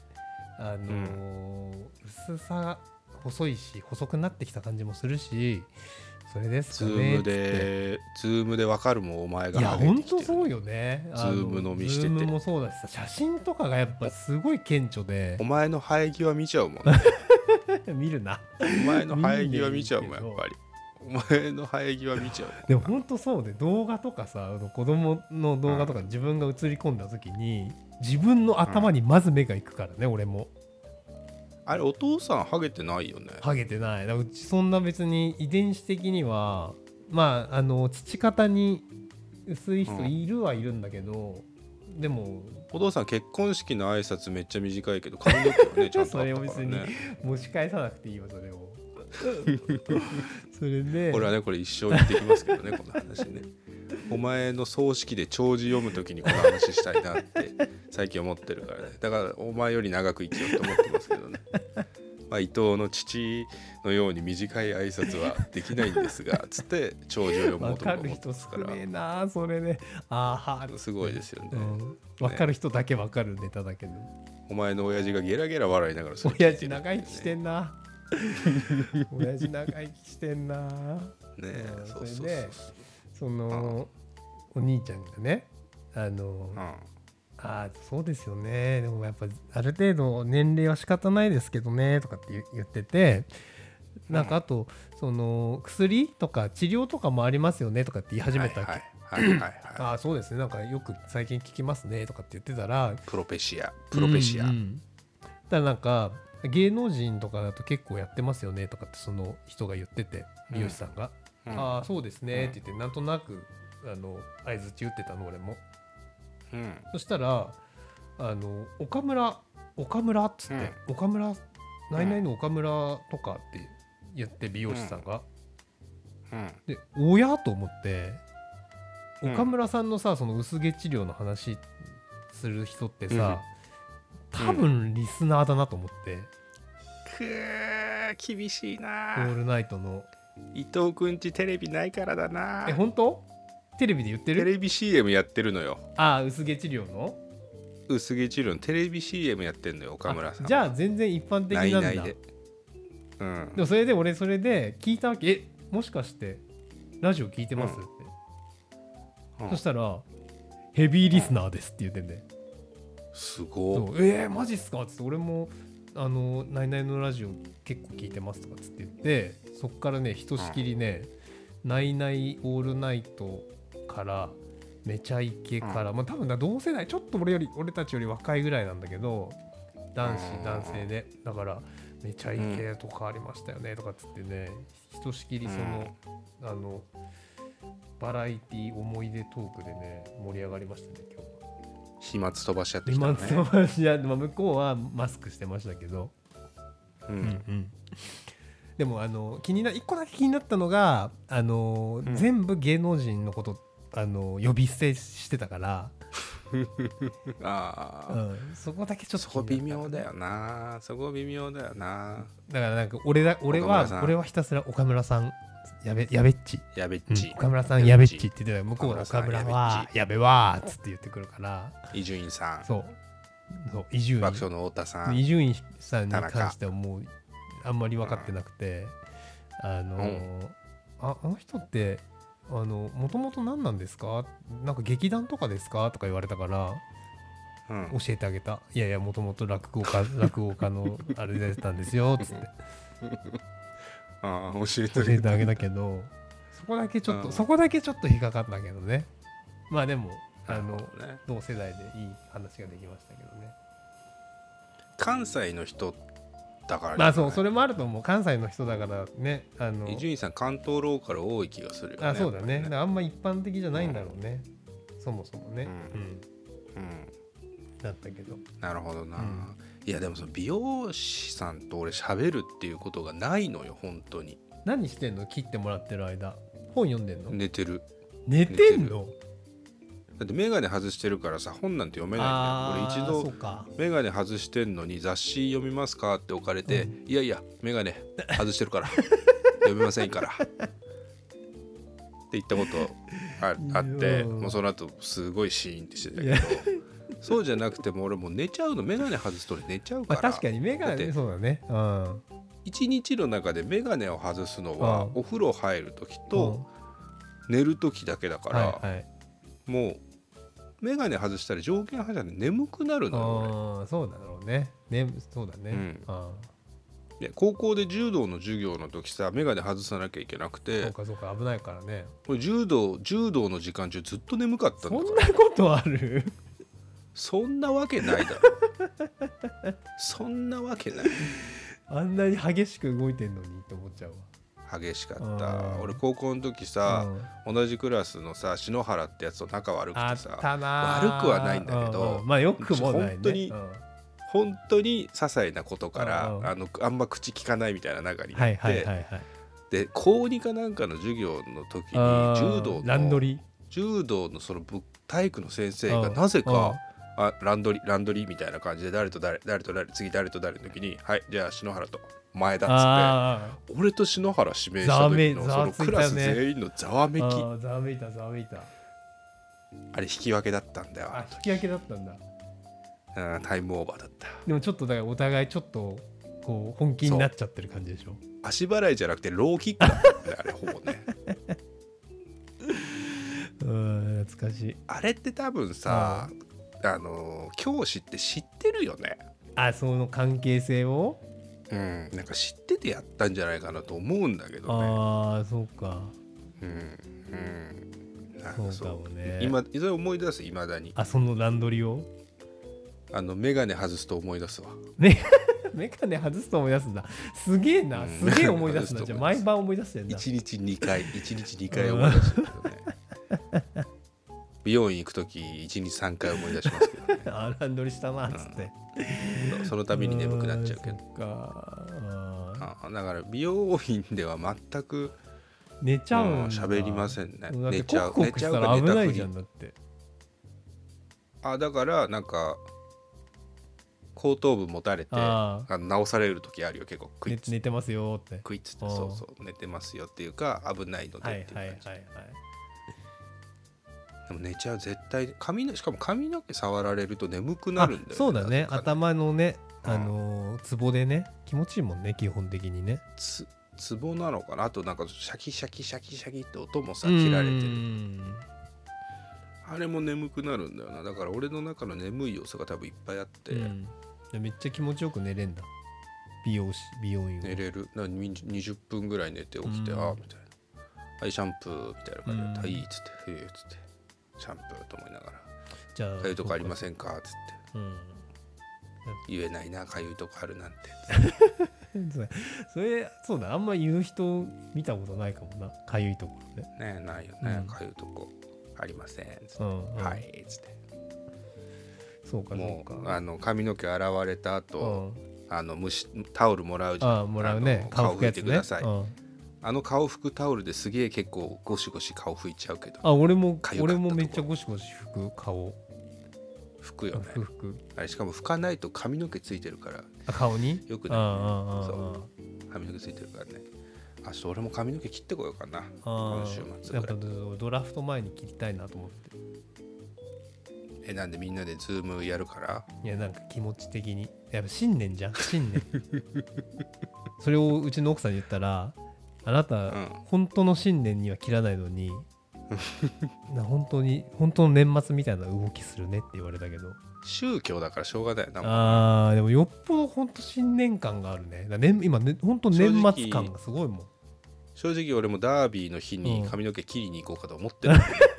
薄さ細いし細くなってきた感じもするし、それですかね。 ズームで分かるもんお前が。 いや本当そうよね。 ズーム飲みしてて、 ズームもそうだしさ、写真とかがやっぱすごい顕著で、 お前の生え際見ちゃうもんね見るな。 お前の生え際見ちゃうもんやっぱり。お前の生え際見ちゃう。 でも本当そうで、動画とかさ、子供の動画とか自分が映り込んだ時に自分の頭にまず目がいくからね、俺も。 あれお父さんハゲてないよね。 ハゲてない。だからうちそんな別に遺伝子的にはまあ父方に薄い人いるはいるんだけど、でもお父さん結婚式の挨拶めっちゃ短いけど髪の毛はねちゃんとあったからね。 それを別に持ち返さなくていいよそれをそれでこれはねこれ一生言ってきますけどねこの話ね。お前の葬式で弔辞読むときにこの話したいなって最近思ってるからね。だからお前より長く生きようと思ってますけどね。 伊藤の父のように短い挨拶はできないんですがつって長寿を読もうと思ってますから。 分かる人少ねえなそれね。 すごいですよね。 分かる人だけ分かるネタだけど、 お前の親父がゲラゲラ笑いながらそれ親父長生きしてんな親父長生きしてんなね。 それでそのお兄ちゃんがねそうですよね、でもやっぱある程度年齢は仕方ないですけどねとかって言ってて、なんかあとその薬とか治療とかもありますよねとかって言い始めたわけ。そうですね、なんかよく最近聞きますねとかって言ってたら、 プロペシア、 だなんか芸能人とかだと結構やってますよねとかってその人が言ってて、美容師さんが、そうですねって言ってなんとなく相づち打ってたの俺も。そしたら岡村っつって、岡村ナイナイの岡村とかって言って美容師さんが、でおやと思って、岡村さんのさその薄毛治療の話する人ってさ、多分リスナーだなと思って、 厳しいな。 オールナイトの伊藤くんちテレビないからだな。 本当？テレビで言ってる？ テレビ CM やってるのよ。 薄毛治療の薄毛治療のテレビ CM やってんのよ岡村さん。 じゃあ全然一般的なんだ。ないで。でもそれで俺それで聞いたわけ。もしかしてラジオ聞いてますって、そしたらヘビーリスナーですって言ってんで、 すごい。マジっすかっつって、俺もナイナイのラジオ結構聞いてますとかっつって言って、そっからねひとしきりね、ナイナイオールナイトからめちゃイケから、多分同世代、ちょっと俺たちより若いぐらいなんだけど、男性で、だからめちゃイケとかありましたよねとかっつってね、ひとしきりその、バラエティ思い出トークでね盛り上がりましたね今日は。 飛沫飛ばしちゃってきたね。 飛沫飛ばしちゃって、向こうはマスクしてましたけど、でも1個だけ気になったのが全部芸能人のこと呼び捨てしてたからそこだけちょっとそこ微妙だよな。 だからなんか俺はひたすら岡村さんやべっち岡村さんやべっちって言ってたら、向こうは岡村はやべわーっつって言ってくるから、 伊集院さん、 そう伊集院爆笑の太田さん、 伊集院さんに関してはもうあんまり分かってなくて、あの人ってもともと何なんですか、なんか劇団とかですかとか言われたから、教えてあげた。いやいやもともと落語家のあれだったんですよっつって教えてあげたけど、そこだけちょっと引っかかったけどね。まあでも同世代でいい話ができましたけどね。 関西の人だから、 ね、そうそれもあると思う。関西の人だからね。 伊集院さん関東ローカル多い気がするよね。 そうだね。あんま一般的じゃないんだろうね、そもそもね。だったけど。 なるほどな。いやでもその美容師さんと俺喋るっていうことがないのよ本当に。 何してんの？切ってもらってる間本読んでんの？ 寝てる。 寝てんの？ だって眼鏡外してるからさ、本なんて読めないんだよ。俺一度眼鏡外してんのに雑誌読みますかって置かれて、いやいや眼鏡外してるから読めませんからって言ったことあって、もうその後すごいシーンってしてたけどそうじゃなくても俺もう寝ちゃうの。眼鏡外すと寝ちゃうから。 確かに眼鏡そうだね。 一日の中で眼鏡を外すのはお風呂入る時と寝る時だけだから、もう眼鏡外したら条件反射で眠くなるのよ。 そうだろうね。そうだね。 で高校で柔道の授業の時さ、眼鏡外さなきゃいけなくて。 そうか危ないからね。 これ柔道の時間中ずっと眠かったんだから。 そんなことある？ そんなわけないだろそんなわけない。 あんなに激しく動いてんのにって思っちゃうわ。 激しかった。俺高校の時さ、同じクラスのさ篠原ってやつと仲悪くてさ、悪くはないんだけど、 まあよくもないね。 本当に些細なことからあんま口聞かないみたいな中になって、で高2かなんかの授業の時に柔道のその体育の先生がなぜかランドリーみたいな感じで誰と誰次誰と誰の時に、はいじゃあ篠原と前田っつって俺と篠原指名した時のそのクラス全員のざわめき、 ざわめいたざわめいた。 あれ引き分けだったんだよ。 引き分けだったんだ。 タイムオーバーだった。 でもちょっとだからお互いちょっとこう本気になっちゃってる感じでしょ。 足払いじゃなくてローキックだったんだよあれほぼね懐かしい。 あれって多分さ、教師って知ってるよね。 その関係性をなんか知っててやったんじゃないかなと思うんだけどね。 そうか。そうかもね。 今それ思い出すいまだに。 そのランドリーをメガネ外すと思い出すわ。 メガネ外すと思い出すんだ。すげえな、すげえ思い出すんだ。じゃあ毎晩思い出してんだ。 1日2回思い出すけどね美容院行くとき1日3回思い出しますけどねランドリーしたなっつって、 その度に眠くなっちゃうけど。だから美容院では全く寝ちゃうんだ。 喋りませんね。 寝ちゃうから危ないじゃん。だってだからなんか後頭部持たれて直される時あるよ結構。 寝てますよってクイッつってそう寝てますよっていうか危ないのでっていう感じ。でも寝ちゃう絶対。しかも髪の毛触られると眠くなるんだよね。 そうだね。頭のねツボでね気持ちいいもんね基本的にね。 ツボなのかな。あとなんかシャキシャキシャキシャキって音もさ切られてる。あれも眠くなるんだよな。だから俺の中の眠い要素が多分いっぱいあって、 めっちゃ気持ちよく寝れんだ。美容院寝れる。20分ぐらい寝て起きてみたいな。はいシャンプーみたいな感じではいっつってふーっつってシャンプーと思いながらじゃあかゆいとこありませんかっつって言えないなかゆいとこあるなんてそれそうだあんま言う人見たことないかもな。かゆいところねないよね。かゆいとこありませんっつってはいっつってそうかもう髪の毛洗われた後タオルもらうじゃん。 もらうね。 顔拭いてください。顔拭くタオルですげえ結構ゴシゴシ顔拭いちゃうけど。 俺もめっちゃゴシゴシ拭く顔。 拭くよね。あれしかも拭かないと髪の毛ついてるから顔によくないね。そう髪の毛ついてるからね。俺も髪の毛切ってこようかな今週末ぐらい。 やっぱドラフト前に切りたいなと思って。 なんでみんなでズームやるから。 いやなんか気持ち的にやっぱ新年じゃん新年それをうちの奥さんに言ったらあなた、本当の新年には切らないのに本当の年末みたいな動きするねって言われたけど。 宗教だからしょうがないよな。 でもよっぽど本当新年感があるね。今ね本当年末感がすごいもん。 正直俺もダービーの日に髪の毛切りに行こうかと思ってる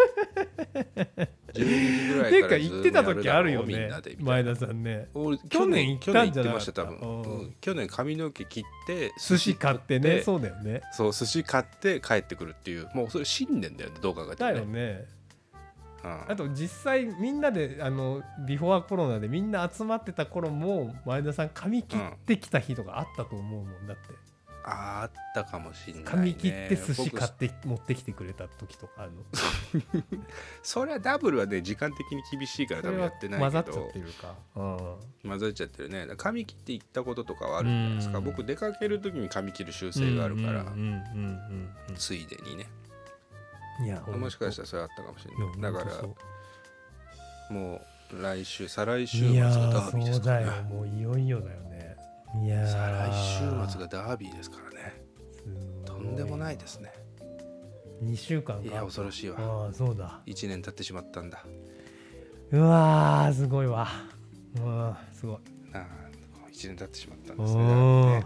12時ぐらいから言ってた時あるよね前田さんね。去年行ったんじゃなかった。 去年髪の毛切って寿司買ってね。そうだよね。 そう寿司買って帰ってくるっていうもうそれ新年だよねどう考えてもね。 だよね。あと実際みんなでビフォーコロナでみんな集まってた頃も前田さん髪切ってきた日とかあったと思うもんだって。 あったかもしれない、ね、 髪切って寿司買って持ってきてくれた時とかあるのそれはダブルはね時間的に厳しいから多分やってないけど混ざっちゃってるか。 混ざっちゃってるね。髪切って行ったこととかはあるんじゃないですか。僕出かける時に髪切る習性があるからついでにね。いやもしかしたらそれあったかもしれない。だからもう再来週末がダービーですからね。 そうだよもういよいよだよね。 再来週末がダービーですからね。とんでもないですね。 2週間か。 いや恐ろしいわ。 そうだ 1年経ってしまったんだ。 うわすごいわ。すごい。 1年経ってしまったんですね。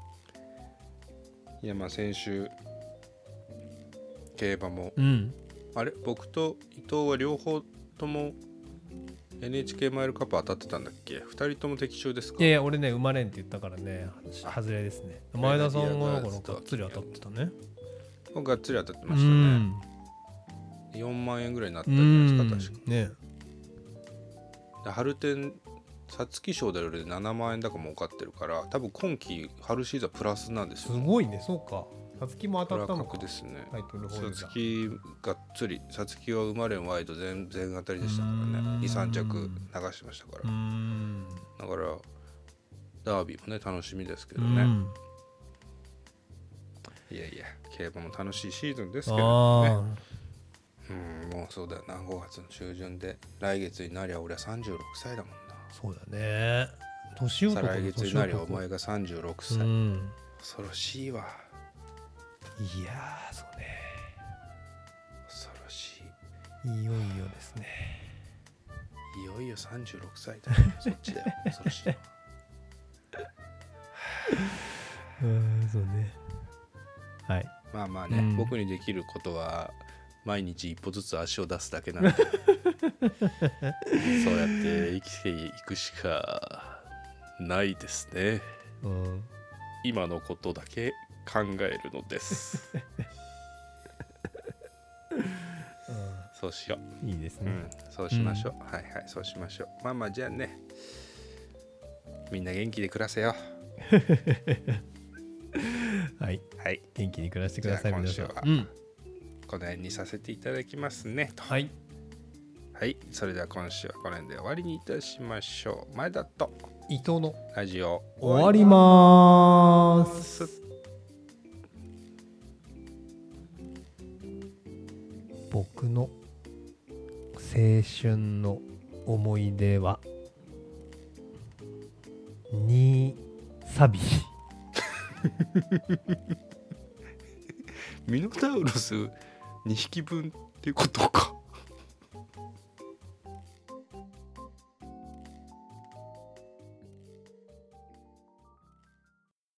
いや先週競馬も、あれ僕と伊藤は両方とも NHK マイルカップ当たってたんだっけ。2人とも的中ですか。 いや俺ね生まれんって言ったからね外れですね。前田さんがだからがっつり当たってたね。 がっつり当たってましたね。4万円ぐらいになったんじゃないですか確かね。春天皐月賞で7万円だか儲かってるから多分今季春シーズンプラスなんですよ。 すごいね。そうか。 さつきも当たったのか。 ですね。 タイトルホルダー。 さつきがっつり、さつきは生まれんワイド全当たりでしたからね。2、3着流しましたから。だからダービーもね楽しみですけどね。いやいや競馬も楽しいシーズンですけどね。もうそうだよな、5月の中旬で来月になりゃ俺は36歳だもんな。 そうだね。年男と来月になりゃお前が36歳、恐ろしいわ。 いやーそうね、 恐ろしい。いよいよですね。 いよいよ36歳だよ。そっちだよ、恐ろしいわ。 そうね。はい。 まあまあね、僕にできることは毎日一歩ずつ足を出すだけなんでそうやって生きていくしかないですね。今のことだけ考えるのですそうしよう。 いいですね、 そうしましょう、はいはい、そうしましょう。まあまあじゃあね、みんな元気で暮らせよはい、はい、元気に暮らしてください。 今週はこの辺にさせていただきますねと。 はいはい、それでは今週はこの辺で終わりにいたしましょう。前田と伊藤のラジオ終わります。僕の青春の思い出は2サビミノタウロス2匹分っていうことか。